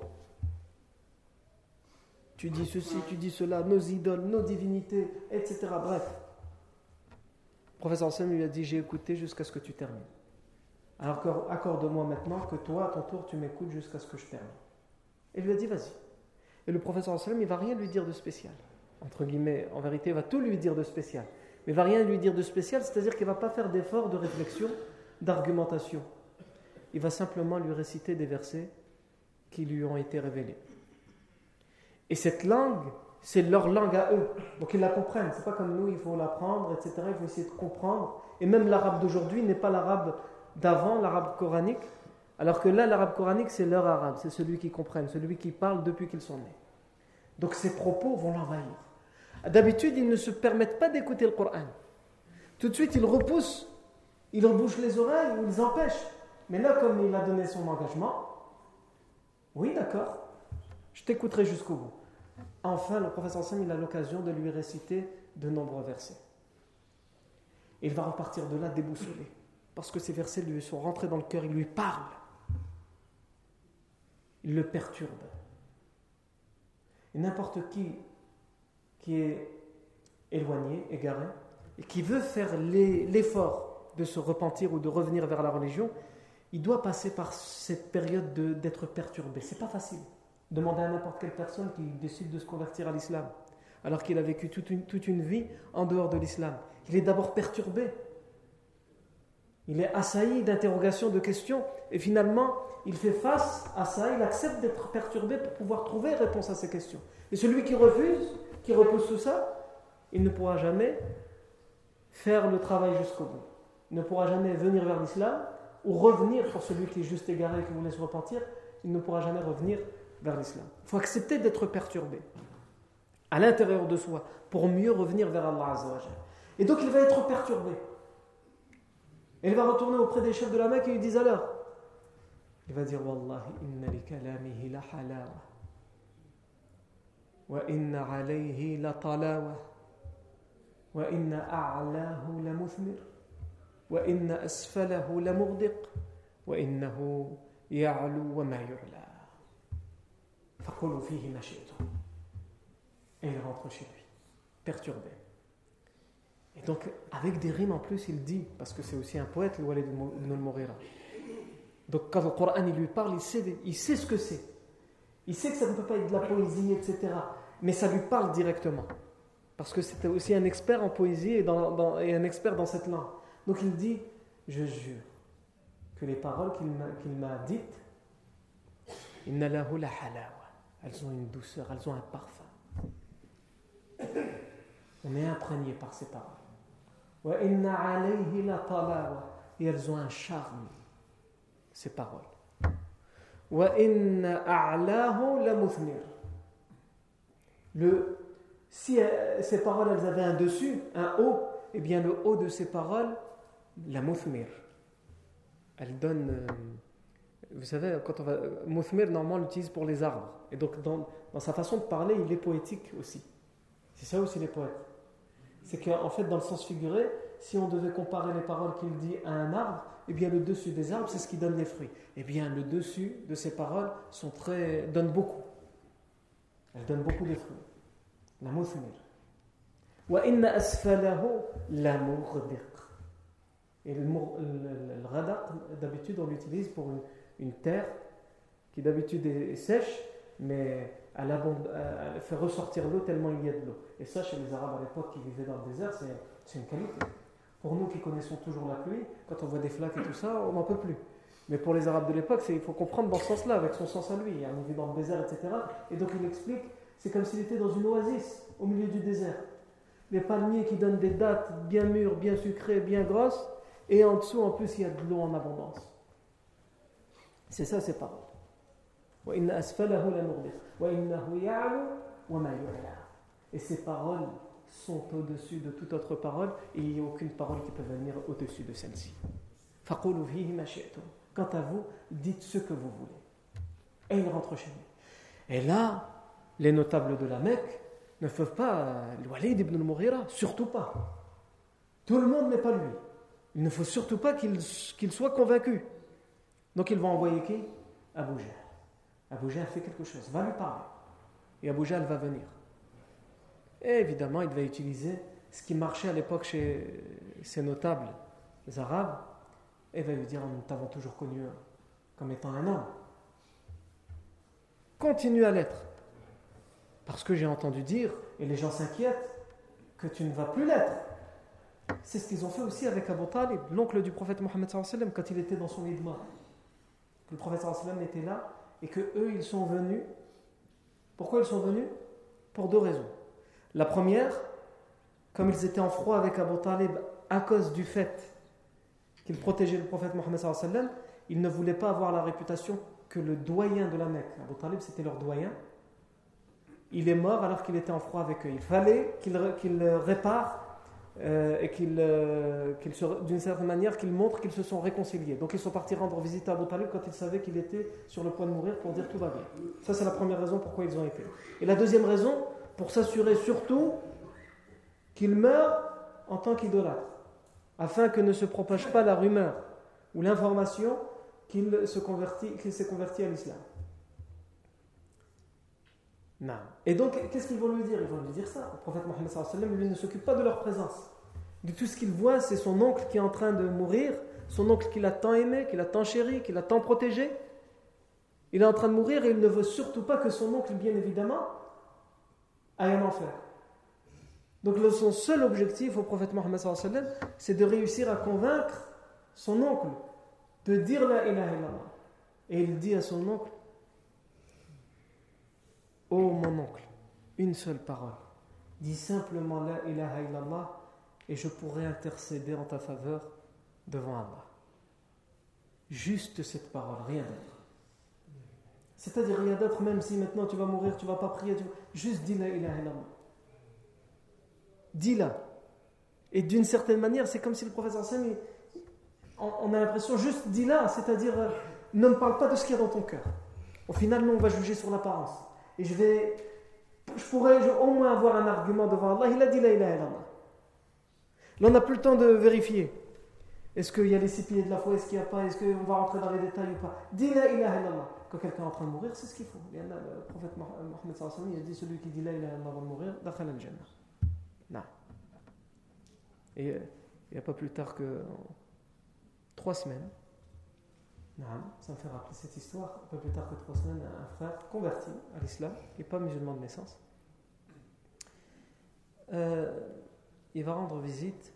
Tu dis ceci, tu dis cela, nos idoles, nos divinités, etc. Bref. Le prophète sallam lui a dit, j'ai écouté jusqu'à ce que tu termines. Alors accorde-moi maintenant que toi, à ton tour, tu m'écoutes jusqu'à ce que je termine. Et il lui a dit, vas-y. Et le prophète sallam, il ne va rien lui dire de spécial. Entre guillemets, en vérité, il va tout lui dire de spécial. Mais il ne va rien lui dire de spécial, c'est-à-dire qu'il ne va pas faire d'effort de réflexion, d'argumentation. Il va simplement lui réciter des versets qui lui ont été révélés. Et cette langue, c'est leur langue à eux. Donc ils la comprennent. C'est pas comme nous, il faut l'apprendre, etc. Il faut essayer de comprendre. Et même l'arabe d'aujourd'hui n'est pas l'arabe d'avant, l'arabe coranique. Alors que là, l'arabe coranique, c'est leur arabe. C'est celui qui comprennent, celui qui parle depuis qu'ils sont nés. Donc ces propos vont l'envahir. D'habitude, ils ne se permettent pas d'écouter le Coran. Tout de suite, ils reboussent. Ils rebouchent les oreilles ou ils empêchent. Mais là, comme il a donné son engagement, oui, d'accord, je t'écouterai jusqu'au bout. Enfin, le prophète sallam, il a l'occasion de lui réciter de nombreux versets. Et il va repartir de là déboussolé. Parce que ces versets lui sont rentrés dans le cœur, ils lui parlent. Ils le perturbent. Et n'importe qui est éloigné, égaré, et qui veut faire l'effort de se repentir ou de revenir vers la religion, il doit passer par cette période d'être perturbé. C'est pas facile. Demandez à n'importe quelle personne qui décide de se convertir à l'islam, alors qu'il a vécu toute une vie en dehors de l'islam. Il est d'abord perturbé. Il est assailli d'interrogations, de questions, et finalement, il fait face à ça, il accepte d'être perturbé pour pouvoir trouver réponse à ces questions. Et celui qui refuse, qui repousse tout ça, il ne pourra jamais faire le travail jusqu'au bout. Il ne pourra jamais venir vers l'islam, ou revenir pour celui qui est juste égaré et qui voulait se repentir, il ne pourra jamais revenir vers l'islam. Il faut accepter d'être perturbé à l'intérieur de soi pour mieux revenir vers Allah Azza wa Jalla. Et donc il va être perturbé. Et il va retourner auprès des chefs de la Mecque et ils disent alors, il va dire Wallahi inna li kalamihi la halawa wa inna alayhi la talawa wa inna a'lahu la muthmir wa inna asfalahu la mughdiq wa innahu ya'lu wa ma yu'la faqulu fihi ma shi'tum. Et il rentre chez lui, perturbé. Et donc, avec des rimes en plus, il dit, parce que c'est aussi un poète, le Walid ibn al-Mughira. Donc, quand le Coran il lui parle, il sait ce que c'est. Il sait que ça ne peut pas être de la poésie, etc. Mais ça lui parle directement. Parce que c'était aussi un expert en poésie et un expert dans cette langue. Donc, il dit, je jure que les paroles qu'il m'a dites, inna lahu la halawa. Elles ont une douceur, elles ont un parfum. On est imprégné par ces paroles. Wa inna alayhi la talawa. Et elles ont un charme, ces paroles. Wa inna a'lahu la muthmir. Si ces paroles elles avaient un dessus, un haut, eh bien le haut de ces paroles, la muthmir, elle donne. Vous savez, quand on va. Muthmir, normalement, on l'utilise pour les arbres. Et donc, dans sa façon de parler, il est poétique aussi. C'est ça aussi les poètes. C'est qu'en fait, dans le sens figuré, si on devait comparer les paroles qu'il dit à un arbre, eh bien le dessus des arbres, c'est ce qui donne les fruits. Eh bien le dessus de ces paroles donne beaucoup. Elles donnent beaucoup de fruits. La muthmir. Wa inna asfalahu la mughdiq. Et le radaq, d'habitude, on l'utilise pour une terre qui d'habitude est sèche, mais elle fait ressortir l'eau tellement il y a de l'eau. Et ça, chez les Arabes à l'époque qui vivaient dans le désert, c'est une qualité. Pour nous qui connaissons toujours la pluie, quand on voit des flaques et tout ça, on n'en peut plus. Mais pour les Arabes de l'époque, il faut comprendre dans ce sens-là, avec son sens à lui. Il vit dans le désert, etc. Et donc il explique, c'est comme s'il était dans une oasis, au milieu du désert. Les palmiers qui donnent des dattes bien mûres, bien sucrées, bien grosses, et en dessous, en plus, il y a de l'eau en abondance. C'est ça, ces paroles. Et ces paroles sont au-dessus de toute autre parole et il n'y a aucune parole qui peut venir au-dessus de celle-ci. Quant à vous, dites ce que vous voulez. Et il rentre chez lui. Et là, les notables de la Mecque ne peuvent pas, le Walid ibn al-Mughira, surtout pas. Tout le monde n'est pas lui. Il ne faut surtout pas qu'il soit convaincu. Donc ils vont envoyer qui? Abu Jahl. Abu Jahl fait quelque chose, va lui parler. Et Abu Jahl va venir. Et évidemment, il va utiliser ce qui marchait à l'époque chez ces notables, les Arabes, et va lui dire, nous t'avons toujours connu comme étant un homme. Continue à l'être. Parce que j'ai entendu dire, et les gens s'inquiètent, que tu ne vas plus l'être. C'est ce qu'ils ont fait aussi avec Abu Talib, l'oncle du prophète Mohammed sallallahu alayhi wa sallam, quand il était dans son lit de mort. Le prophète sallallahu alayhi wa sallam était là, et que eux, ils sont venus. Pourquoi ils sont venus? Pour deux raisons. La première, comme ils étaient en froid avec Abu Talib à cause du fait qu'il protégeait le prophète Mohammed sallallahu alayhi wa sallam, ils ne voulaient pas avoir la réputation que le doyen de la Mecque, Abu Talib c'était leur doyen, il est mort alors qu'il était en froid avec eux. Il fallait qu'il répare et d'une certaine manière qu'ils montrent qu'ils se sont réconciliés. Donc ils sont partis rendre visite à Abu Talib quand ils savaient qu'il était sur le point de mourir pour dire tout va bien. Ça c'est la première raison pourquoi ils ont été. Et la deuxième raison, pour s'assurer surtout qu'il meurt en tant qu'idolâtre, afin que ne se propage pas la rumeur ou l'information qu'il s'est converti à l'islam. Non. Et donc, qu'est-ce qu'ils vont lui dire? Ils vont lui dire ça. Le prophète Mohammed sallallahu alayhi wa sallam, lui, ne s'occupe pas de leur présence. De tout ce qu'il voit, c'est son oncle qui est en train de mourir, son oncle qu'il a tant aimé, qu'il a tant chéri, qu'il a tant protégé. Il est en train de mourir et il ne veut surtout pas que son oncle, bien évidemment, aille en enfer. Donc son seul objectif au prophète Mohammed sallallahu alayhi wa sallam, c'est de réussir à convaincre son oncle de dire la ilaha illallah. Et il dit à son oncle: ô mon oncle, une seule parole, dis simplement la ilaha illallah et je pourrai intercéder en ta faveur devant Allah. Juste cette parole, rien d'autre. C'est-à-dire rien d'autre, même si maintenant tu vas mourir, tu ne vas pas prier, juste dis la ilaha illallah. Dis-la. Et d'une certaine manière, c'est comme si le prophète sallallahu alayhi wa sallam, on a l'impression juste dis-la, c'est-à-dire ne me parle pas de ce qu'il y a dans ton cœur. Au final, nous on va juger sur l'apparence. Et je pourrais au moins avoir un argument devant Allah. Il a dit la ilaha illallah. Là, on n'a plus le temps de vérifier. Est-ce qu'il y a les 6 piliers de la foi, est-ce qu'il n'y a pas, est-ce qu'on va rentrer dans les détails ou pas. Dis la ilaha illallah. Quand quelqu'un est en train de mourir, c'est ce qu'il faut. Le prophète Mohammed sallallahu alayhi wa sallam, il a dit: celui qui dit la ilaha illallah avant de mourir, dakhala al-jannah. Non. Et il n'y a pas plus tard que 3 semaines, ça me fait rappeler cette histoire, un peu plus tard que 3 semaines, un frère converti à l'islam, qui n'est pas musulman de naissance, il va rendre visite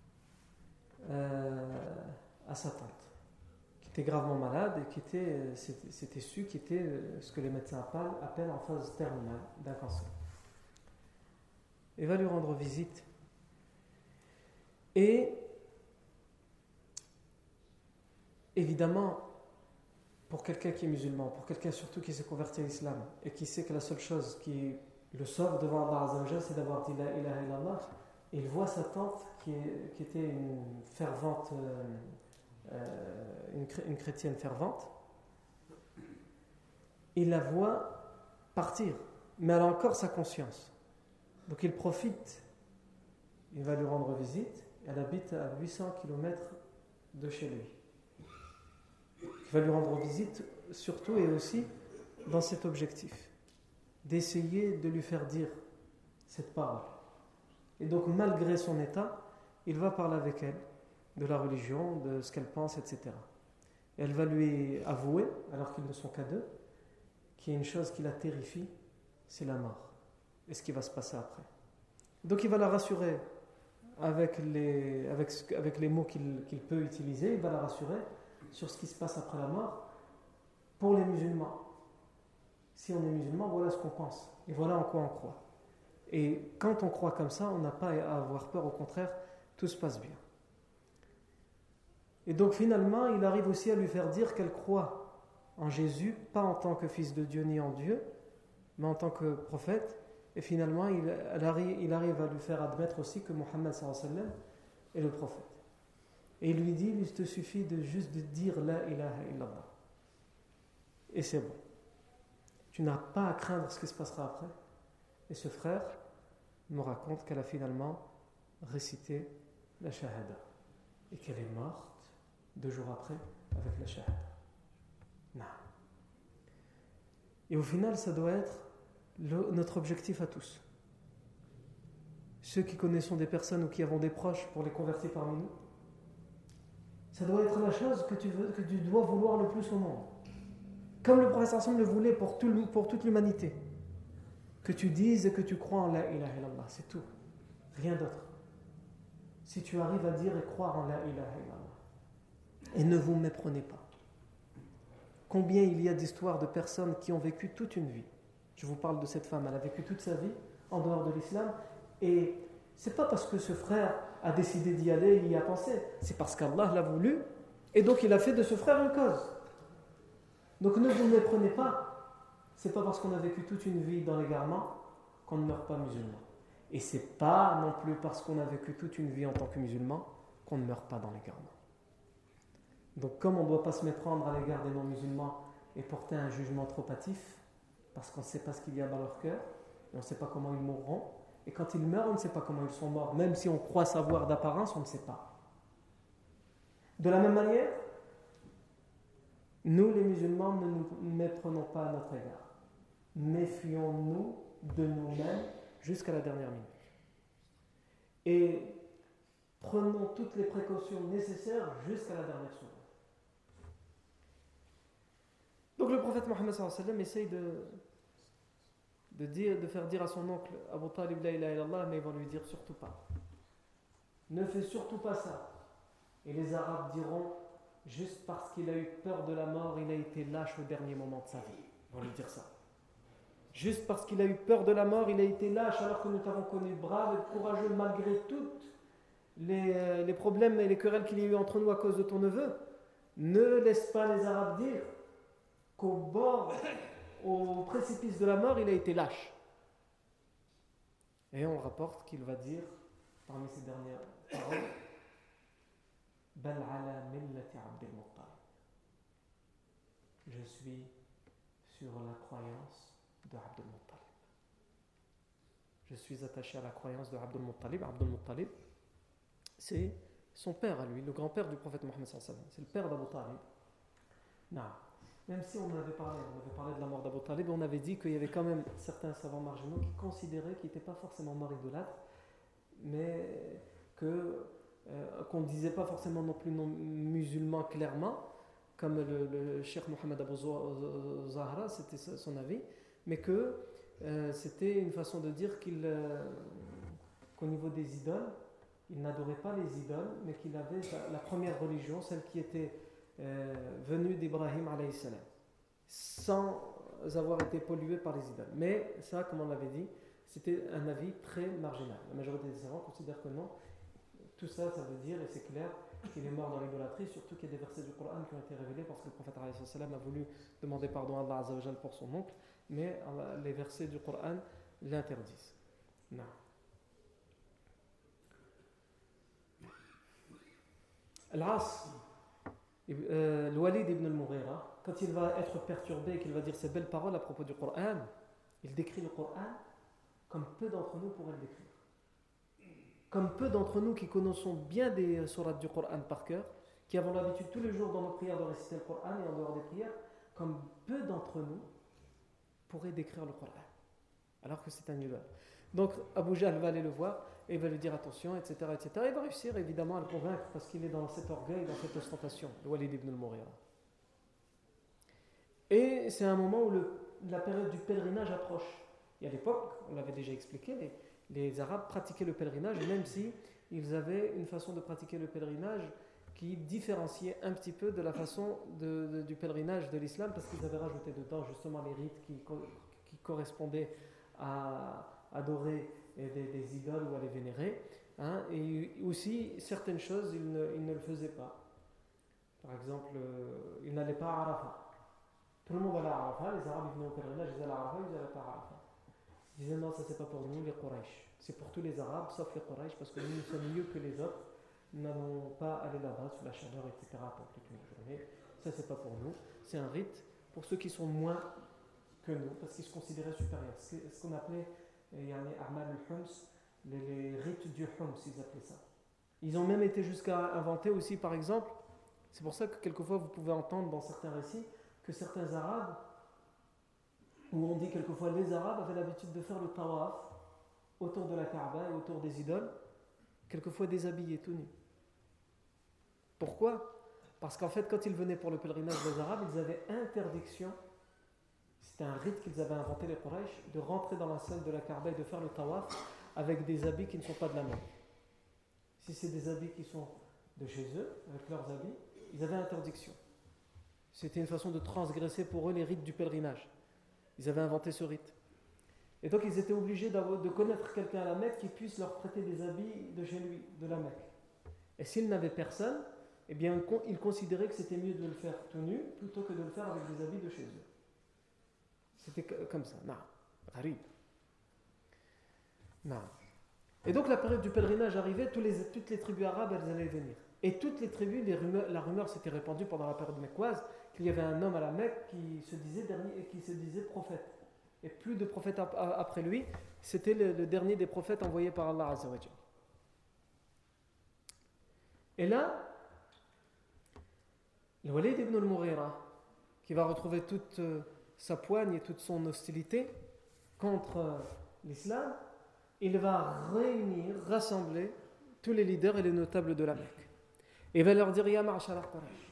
à sa tante, qui était gravement malade et c'était su qui était ce que les médecins appellent en phase terminale d'un cancer. Il va lui rendre visite et évidemment, pour quelqu'un qui est musulman, pour quelqu'un surtout qui s'est converti à l'islam et qui sait que la seule chose qui le sauve devant Allah Azza wa Jalla, c'est d'avoir dit la ilaha illallah, il voit sa tante qui était une fervente, une chrétienne fervente, il la voit partir, mais elle a encore sa conscience. Donc il profite, il va lui rendre visite, elle habite à 800 km de chez lui. Il va lui rendre visite surtout et aussi dans cet objectif, d'essayer de lui faire dire cette parole. Et donc malgré son état, il va parler avec elle de la religion, de ce qu'elle pense, etc. Et elle va lui avouer, alors qu'ils ne sont qu'à 2, qu'il y a une chose qui la terrifie, c'est la mort. Et ce qui va se passer après. Donc il va la rassurer avec les mots qu'il peut utiliser, il va la rassurer sur ce qui se passe après la mort pour les musulmans. Si on est musulman, voilà ce qu'on pense et voilà en quoi on croit. Et quand on croit comme ça, on n'a pas à avoir peur, au contraire, tout se passe bien. Et donc finalement, il arrive aussi à lui faire dire qu'elle croit en Jésus, pas en tant que fils de Dieu ni en Dieu, mais en tant que prophète. Et finalement, il arrive à lui faire admettre aussi que Mohammed sallallahu alayhi wa sallam est le prophète. Et il lui dit: il te suffit de juste de dire la ilaha illallah. Et c'est bon. Tu n'as pas à craindre ce qui se passera après. Et ce frère me raconte qu'elle a finalement récité la shahada. Et qu'elle est morte 2 jours après avec la shahada. Non. Et au final, ça doit être notre objectif à tous. Ceux qui connaissons des personnes ou qui avons des proches pour les convertir parmi nous, ça doit être la chose que tu dois vouloir le plus au monde. Comme le prophète sallallahu alayhi wa sallam le voulait pour toute l'humanité. Que tu dises et que tu crois en la ilaha illallah, c'est tout. Rien d'autre. Si tu arrives à dire et croire en la ilaha illallah. Et ne vous méprenez pas. Combien il y a d'histoires de personnes qui ont vécu toute une vie. Je vous parle de cette femme, elle a vécu toute sa vie en dehors de l'islam. Et c'est pas parce que ce frère a décidé d'y aller, il y a pensé. C'est parce qu'Allah l'a voulu. Et donc il a fait de ce frère une cause. Donc ne vous méprenez pas. C'est pas parce qu'on a vécu toute une vie dans l'égarement qu'on ne meurt pas musulman. Et c'est pas non plus parce qu'on a vécu toute une vie en tant que musulman qu'on ne meurt pas dans l'égarement. Donc comme on ne doit pas se méprendre à l'égard des non-musulmans et porter un jugement trop hâtif, parce qu'on ne sait pas ce qu'il y a dans leur cœur, et on ne sait pas comment ils mourront, et quand ils meurent, on ne sait pas comment ils sont morts, même si on croit savoir d'apparence, on ne sait pas. De la même manière, nous les musulmans ne nous méprenons pas à notre égard. Méfions-nous de nous-mêmes jusqu'à la dernière minute. Et prenons toutes les précautions nécessaires jusqu'à la dernière seconde. Donc le prophète Mohammed sallallahu alayhi wa sallam essaye de faire dire à son oncle Abu Talib la ilaha illallah, mais il va lui dire surtout pas. Ne fais surtout pas ça. Et les Arabes diront juste parce qu'il a eu peur de la mort, il a été lâche au dernier moment de sa vie. On va lui dire ça. Juste parce qu'il a eu peur de la mort, il a été lâche alors que nous t'avons connu brave et courageux malgré toutes les problèmes et les querelles qu'il y a eu entre nous à cause de ton neveu. Ne laisse pas les Arabes dire qu'au bord, au précipice de la mort, il a été lâche. Et on rapporte qu'il va dire, parmi ses dernières paroles, Bal ala millati Abdel Muttalib. Je suis sur la croyance de Abdel Muttalib. Je suis attaché à la croyance de Abdel Muttalib. Abdel Muttalib, c'est son père à lui, le grand-père du prophète Mohammed sallallahu alayhi wa sallam. C'est le père d'Abu Talib. Non. Même si on avait parlé de la mort d'Abu Talib, on avait dit qu'il y avait quand même certains savants marginaux qui considéraient qu'il n'était pas forcément mort idolâtre, mais qu'on ne disait pas forcément non plus non musulman clairement, comme le Cheikh Mohammed Abu Zahra, c'était son avis, mais que c'était une façon de dire qu'au niveau des idoles, il n'adorait pas les idoles, mais qu'il avait la première religion, celle qui était venue d'Ibrahim alayhi salam, sans avoir été pollué par les idoles. Mais ça, comme on l'avait dit, c'était un avis très marginal. La majorité des savants considèrent que non. Tout ça, ça veut dire, et c'est clair, qu'il est mort dans l'idolâtrie, surtout qu'il y a des versets du Coran qui ont été révélés parce que le prophète alayhi salam a voulu demander pardon à Allah azza wa jal pour son oncle, mais les versets du Coran l'interdisent. Non. Al-As, le Walid ibn al-Mughira, quand il va être perturbé et qu'il va dire ces belles paroles à propos du Coran, il décrit le Coran comme peu d'entre nous pourraient le décrire. Comme peu d'entre nous qui connaissons bien des sourates du Coran par cœur, qui avons l'habitude tous les jours dans nos prières de réciter le Coran et en dehors des prières, comme peu d'entre nous pourraient décrire le Coran, alors que c'est un idole. Donc Abu Jahl va aller le voir et il va lui dire attention, etc., etc. Il va réussir évidemment à le convaincre parce qu'il est dans cet orgueil, dans cette ostentation, le Walid ibn al-Mughira. Et c'est un moment où la période du pèlerinage approche. Et à l'époque, on l'avait déjà expliqué, les Arabes pratiquaient le pèlerinage, même si ils avaient une façon de pratiquer le pèlerinage qui différenciait un petit peu de la façon du pèlerinage de l'islam, parce qu'ils avaient rajouté dedans justement les rites qui correspondaient à adorer des idoles ou à les vénérer, hein, et aussi certaines choses ils ne le faisaient pas. Par exemple, ils n'allaient pas à Arafat. Tout le monde allait à Arafat, les Arabes venaient au pèlerinage, ils allaient à Arafat, ils n'allaient pas à Arafat. Ils disaient non, ça c'est pas pour nous, les Quraysh. C'est pour tous les Arabes, sauf les Quraysh, parce que nous sommes mieux que les autres. Nous n'allons pas aller là-bas sous la chaleur, etc. pour toute une journée. Ça c'est pas pour nous. C'est un rite pour ceux qui sont moins que nous, parce qu'ils se considéraient supérieurs. C'est ce qu'on appelait A'mal al-Hums, les rites du Hums, ils appelaient ça. Ils ont même été jusqu'à inventer aussi, par exemple, c'est pour ça que quelquefois vous pouvez entendre dans certains récits que certains Arabes, où on dit quelquefois les Arabes avaient l'habitude de faire le tawaf autour de la Kaaba et autour des idoles, quelquefois déshabillés, tout nus. Pourquoi ? Parce qu'en fait, quand ils venaient pour le pèlerinage des Arabes, ils avaient interdiction, c'était un rite qu'ils avaient inventé les Quraysh, de rentrer dans la salle de la Kaaba et de faire le tawaf avec des habits qui ne sont pas de la Mecque. Si c'est des habits qui sont de chez eux, avec leurs habits, ils avaient interdiction. C'était une façon de transgresser pour eux les rites du pèlerinage. Ils avaient inventé ce rite. Et donc ils étaient obligés de connaître quelqu'un à la Mecque qui puisse leur prêter des habits de chez lui, de la Mecque. Et s'ils n'avaient personne, eh bien ils considéraient que c'était mieux de le faire tout nu plutôt que de le faire avec des habits de chez eux. C'était comme ça. Non. Gharib. Non. Et donc la période du pèlerinage arrivait, toutes les tribus arabes, elles allaient venir. Et toutes les tribus, la rumeur s'était répandue pendant la période mecquoise qu'il y avait un homme à la Mecque qui se disait prophète. Et plus de prophètes après lui, c'était le dernier des prophètes envoyés par Allah Azza wa Jalla. Et là, le Walid ibn al-Mughira, qui va retrouver toute sa poigne et toute son hostilité contre l'islam, il va rassembler tous les leaders et les notables de la Mecque. Et il va leur dire: Ya ma'ashara Quraysh,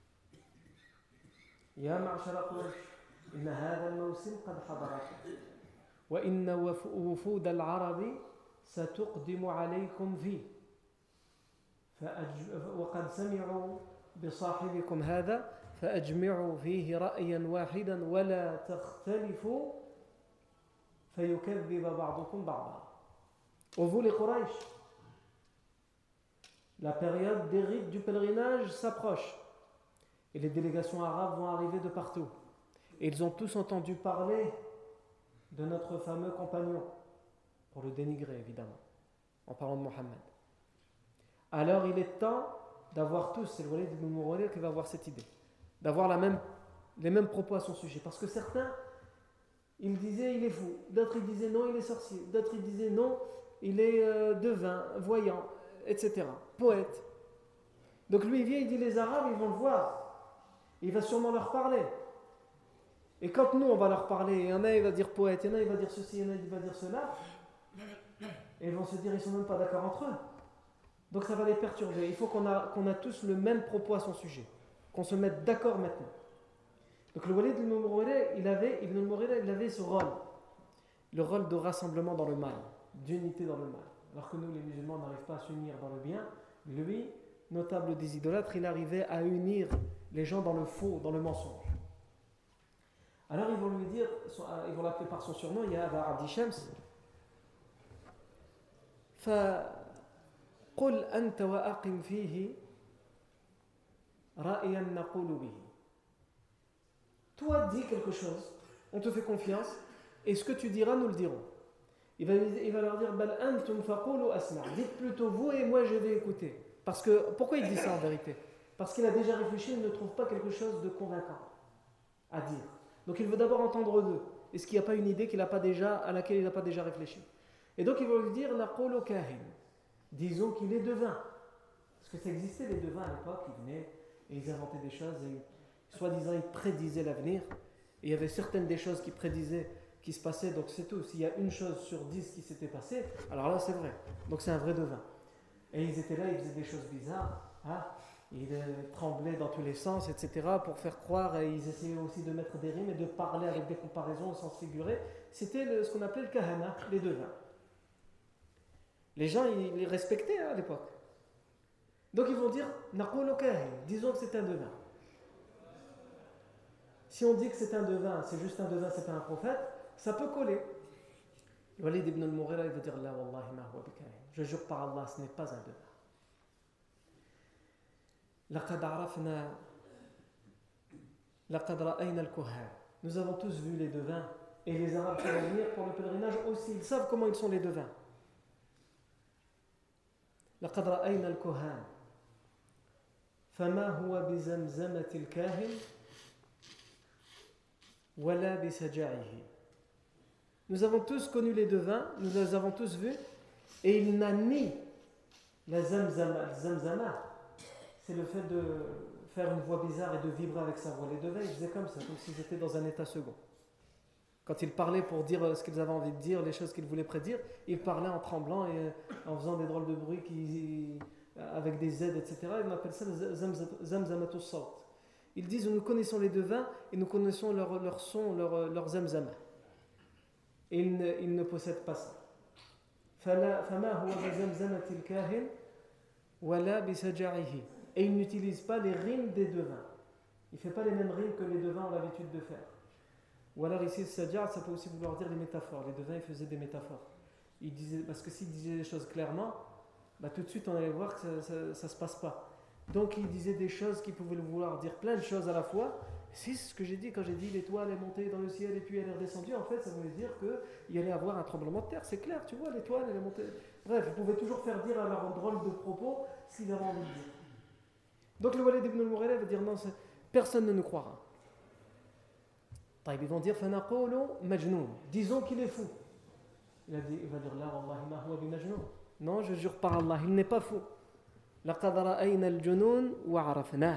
Ya ma'ashara Quraysh, inna hadha al-mawsim qad hadarakum, wa inna wufud al-arabi satuqdimu alaykum fi, وقد سمعوا بصاحبكم هذا فأجمعوا فيه رأيا واحدا ولا تختلفوا فيكذب بعضكم بعضا. Au vous les Quraysh, la période des rites du pèlerinage s'approche et les délégations arabes vont arriver de partout. Et ils ont tous entendu parler de notre fameux compagnon, pour le dénigrer évidemment, en parlant de Mohammed. Alors il est temps d'avoir tous, c'est le Walid ibn Mughira qui va avoir cette idée, d'avoir les mêmes propos à son sujet. Parce que certains, ils disaient il est fou, d'autres ils disaient non il est sorcier, d'autres ils disaient non il est devin, voyant, etc., poète. Donc lui il vient, il dit les Arabes ils vont le voir, il va sûrement leur parler. Et quand nous on va leur parler, il y en a il va dire poète, il y en a il va dire ceci, il y en a il va dire cela, et ils vont se dire ils sont même pas d'accord entre eux. Donc ça va les perturber. Il faut qu'on a tous le même propos à son sujet, qu'on se mette d'accord maintenant. Donc le Walid ibn Mughira, il avait ce rôle, le rôle de rassemblement dans le mal, d'unité dans le mal. Alors que nous les musulmans n'arrivent pas à s'unir dans le bien, lui, notable des idolâtres, il arrivait à unir les gens dans le faux, dans le mensonge. Alors ils vont lui dire, ils vont l'appeler par son surnom, il y a Aba Abdi Shams. قل أنت وأقم فيه رأيا نقول به. Toi dis quelque chose, on te fait confiance, et ce que tu diras, nous le dirons. Il va leur dire bal antum faqulu asma'. Dites plutôt vous et moi je vais écouter. Parce que pourquoi il dit ça en vérité? Parce qu'il a déjà réfléchi, il ne trouve pas quelque chose de convaincant à dire. Donc il veut d'abord entendre d'eux. Est-ce qu'il n'y a pas une idée à laquelle il n'a pas déjà réfléchi? Et donc il va lui dire naqulu kahin. Disons qu'il est devin. Parce que ça existait les devins à l'époque, ils venaient et ils inventaient des choses et soi-disant ils prédisaient l'avenir. Et il y avait certaines des choses qui prédisaient qui se passaient, donc c'est tout. S'il y a une chose sur 10 qui s'était passée, alors là c'est vrai. Donc c'est un vrai devin. Et ils étaient là, ils faisaient des choses bizarres, hein? Ils tremblaient dans tous les sens, etc. pour faire croire, et ils essayaient aussi de mettre des rimes et de parler avec des comparaisons au sens figuré. C'était ce qu'on appelait le kahana, les devins. Les gens, ils les respectaient à l'époque. Donc ils vont dire, disons que c'est un devin. Si on dit que c'est un devin, c'est juste un devin, c'est pas un prophète, ça peut coller. Walid ibn al-Mughira, il va dire, la wallahi ma huwa bikahin. Je jure par Allah, ce n'est pas un devin. Laqad ra'ayna al-kuhan. Nous avons tous vu les devins, et les Arabes qui vont venir pour le pèlerinage aussi, ils savent comment ils sont les devins. لقد رأينا الكهان فما هو بزمزمة الكاهن ولا بسجاعه. Nous avons tous connu les devins, nous les avons tous vus, et il n'a ni la zamzama, c'est le fait de faire une voix bizarre et de vibrer avec sa voix. Les devins, ils faisaient comme ça, comme s'ils étaient dans un état second. Quand ils parlaient pour dire ce qu'ils avaient envie de dire, les choses qu'ils voulaient prédire, ils parlaient en tremblant et en faisant des drôles de bruit avec des Z, etc. Ils appellent ça zamzamatus sawt. Ils disent nous connaissons les devins et nous connaissons leur son, leur zamzama. Et ils ne possèdent pas ça. Et ils n'utilisent pas les rimes des devins. Il ne fait pas les mêmes rimes que les devins ont l'habitude de faire. Ou alors ici, Sajjad, ça peut aussi vouloir dire les métaphores. Les devins, ils faisaient des métaphores. Ils disaient, parce que s'ils disaient les choses clairement, tout de suite on allait voir que ça ne se passe pas. Donc ils disaient des choses qui pouvaient vouloir dire plein de choses à la fois. C'est ce que j'ai dit quand j'ai dit l'étoile est montée dans le ciel et puis elle est redescendue. En fait, ça voulait dire qu'il allait avoir un tremblement de terre. C'est clair, tu vois, l'étoile elle est montée. Bref, ils pouvaient toujours faire dire à leur drôle de propos ce qu'ils avaient envie de dire. Donc le Walid ibn al-Mughira va dire non, personne ne nous croira. Ils vont dire fanaqulu majnoun. Disons qu'il est fou. Il va dire la wallahi ma huwa bi majnoun. Non, je jure par Allah, il n'est pas fou. Laqad ra'ayna al-junun wa 'arafnah.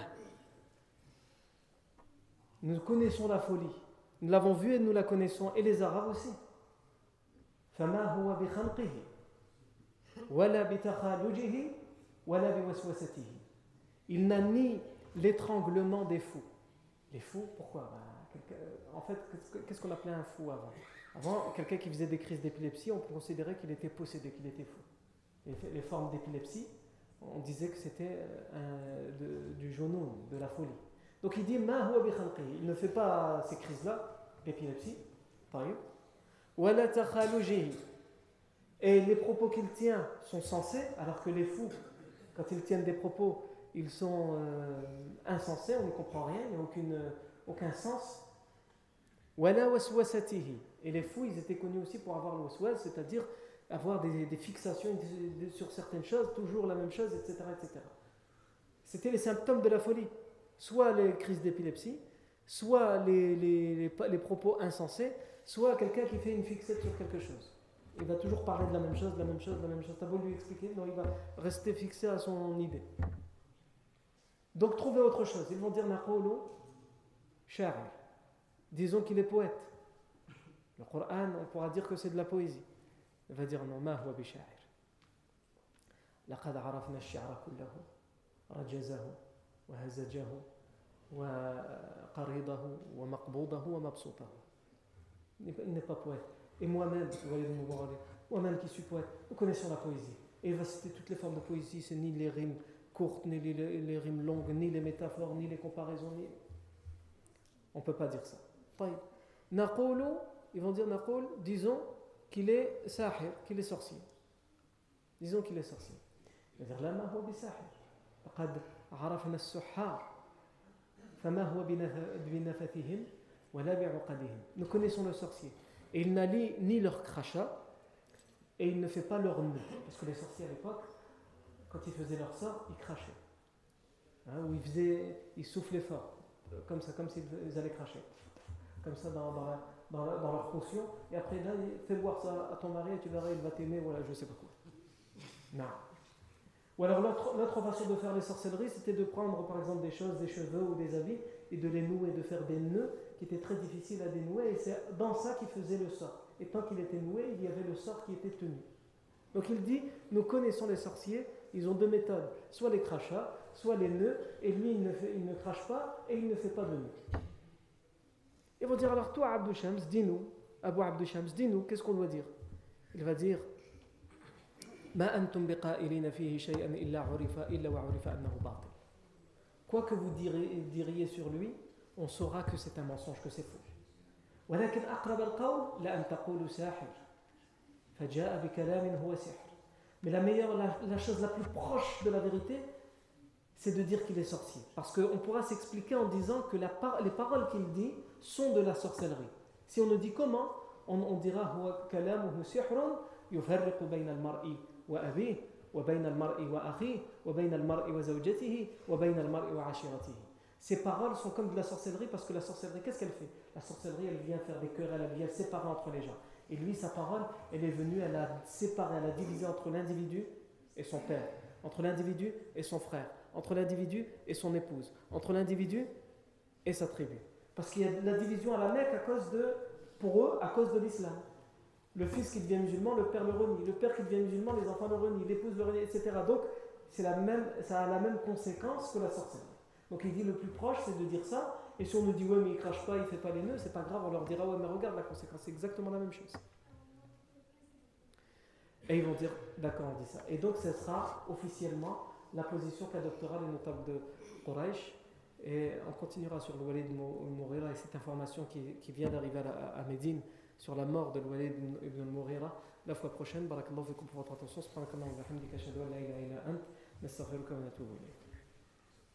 Nous connaissons la folie. Nous l'avons vue et nous la connaissons, et les Arabes aussi. Fama huwa bi khanqihi wala bi takhalujihi wala bi waswasatihi. Il n'a ni l'étranglement des fous. Les fous, pourquoi? En fait, qu'est-ce qu'on appelait un fou avant? Avant, quelqu'un qui faisait des crises d'épilepsie, on considérait qu'il était possédé, qu'il était fou. Les formes d'épilepsie, On disait que c'était du jounoun, de la folie. Donc il dit ma huwa bi khalqihi, il ne fait pas ces crises-là, l'épilepsie, taïb. Wala takhalujihi. Et les propos qu'il tient sont sensés, alors que les fous, quand ils tiennent des propos, ils sont insensés, on ne comprend rien, il n'y a aucun sens. Wala waswasatihi. Et les fous, ils étaient connus aussi pour avoir le waswas, c'est-à-dire avoir des fixations sur certaines choses, toujours la même chose, etc., etc. C'était les symptômes de la folie. Soit les crises d'épilepsie, soit les propos insensés, soit quelqu'un qui fait une fixette sur quelque chose. Il va toujours parler de la même chose, de la même chose, de la même chose. T'as beau lui expliquer, non, il va rester fixé à son idée. Donc trouvez autre chose. Ils vont dire naqulu sha'ir. Disons qu'il est poète. Le Coran, on pourra dire que c'est de la poésie. Il va dire non, ma huwa bi sha'ir. Laqad arafna ash-shi'ra kullahu rajazahu wa hazajahu wa qaridahu wa maqbudahu wa mabsutahu. Il n'est pas poète. Et moi-même, moi-même qui suis poète, nous connaissons la poésie. Et il va citer toutes les formes de poésie, c'est ni les rimes courtes, ni les rimes longues, ni les métaphores, ni les comparaisons. On ne peut pas dire ça. Naqulu, ils vont dire naqul, disons qu'il est sahir, qu'il est sorcier. Disons qu'il est sorcier. Il va dire la ma huwa bi sahir. Laqad arafna as-suhhar. Fama huwa bi nafathihim wa la bi uqadihim. Nous connaissons le sorcier. Et il n'a ni leur crachat, et il ne fait pas leur nœud. Parce que les sorciers à l'époque, quand ils faisaient leur sort, ils crachaient. Ou ils soufflaient fort, comme ça, comme s'ils allaient cracher. Comme ça dans leur potion. Et après, là, fais boire ça à ton mari et tu verras, il va t'aimer, voilà, je ne sais pas quoi. Non. Ou alors l'autre façon de faire les sorcelleries, c'était de prendre par exemple des choses, des cheveux ou des habits, et de les nouer, de faire des nœuds qui étaient très difficiles à dénouer, et c'est dans ça qu'il faisait le sort. Et tant qu'il était noué, il y avait le sort qui était tenu. Donc il dit, nous connaissons les sorciers, ils ont deux méthodes, soit les crachats, soit les nœuds, et lui il ne crache pas, et il ne fait pas de nœuds. Ils vont dire, alors toi Abdou Shams, dis-nous, Abu Abdou Shams, dis-nous, qu'est-ce qu'on doit dire? Il va dire, quoi que vous diriez sur lui, on saura que c'est un mensonge, que c'est faux. Mais la chose la plus proche de la vérité, c'est de dire qu'il est sorcier. Parce qu'on pourra s'expliquer en disant que les paroles qu'il dit sont de la sorcellerie. Si on nous dit comment, on dira huwa kalamuhu sihrun yufarriqu bayna al-mar'i wa abihi wa bayna al-mar'i wa akhihi wa bayna al-mar'i wa zawjatihi wa bayna al-mar'i wa ashiratihi. Ces paroles sont comme de la sorcellerie parce que la sorcellerie, qu'est-ce qu'elle fait? La sorcellerie, elle vient faire des querelles, elle vient séparer entre les gens. Et lui, sa parole, elle est venue, elle a séparé, elle a divisé entre l'individu et son père, entre l'individu et son frère, entre l'individu et son épouse, entre l'individu et sa tribu. Parce qu'il y a la division à la Mecque pour eux, à cause de l'islam. Le fils qui devient musulman, le père le renie. Le père qui devient musulman, les enfants le renient. L'épouse le renie, etc. Donc, ça a la même conséquence que la sorcellerie. Donc, il dit le plus proche, c'est de dire ça. Et si on nous dit, ouais, mais il crache pas, il fait pas les nœuds, c'est pas grave, on leur dira, ouais, mais regarde la conséquence, c'est exactement la même chose. Et ils vont dire, d'accord, on dit ça. Et donc, ce sera officiellement la position qu'adoptera les notables de Quraysh. Et on continuera sur le Walid al-Mughira et cette information qui vient d'arriver à Médine sur la mort de Walid ibn al-Mughira la fois prochaine. Barakallahu fikum pour votre attention. Subhanakallahu wa bihamdika ashhadu an la ilaha illa ant nastaghfiruka wa natubu ilayk.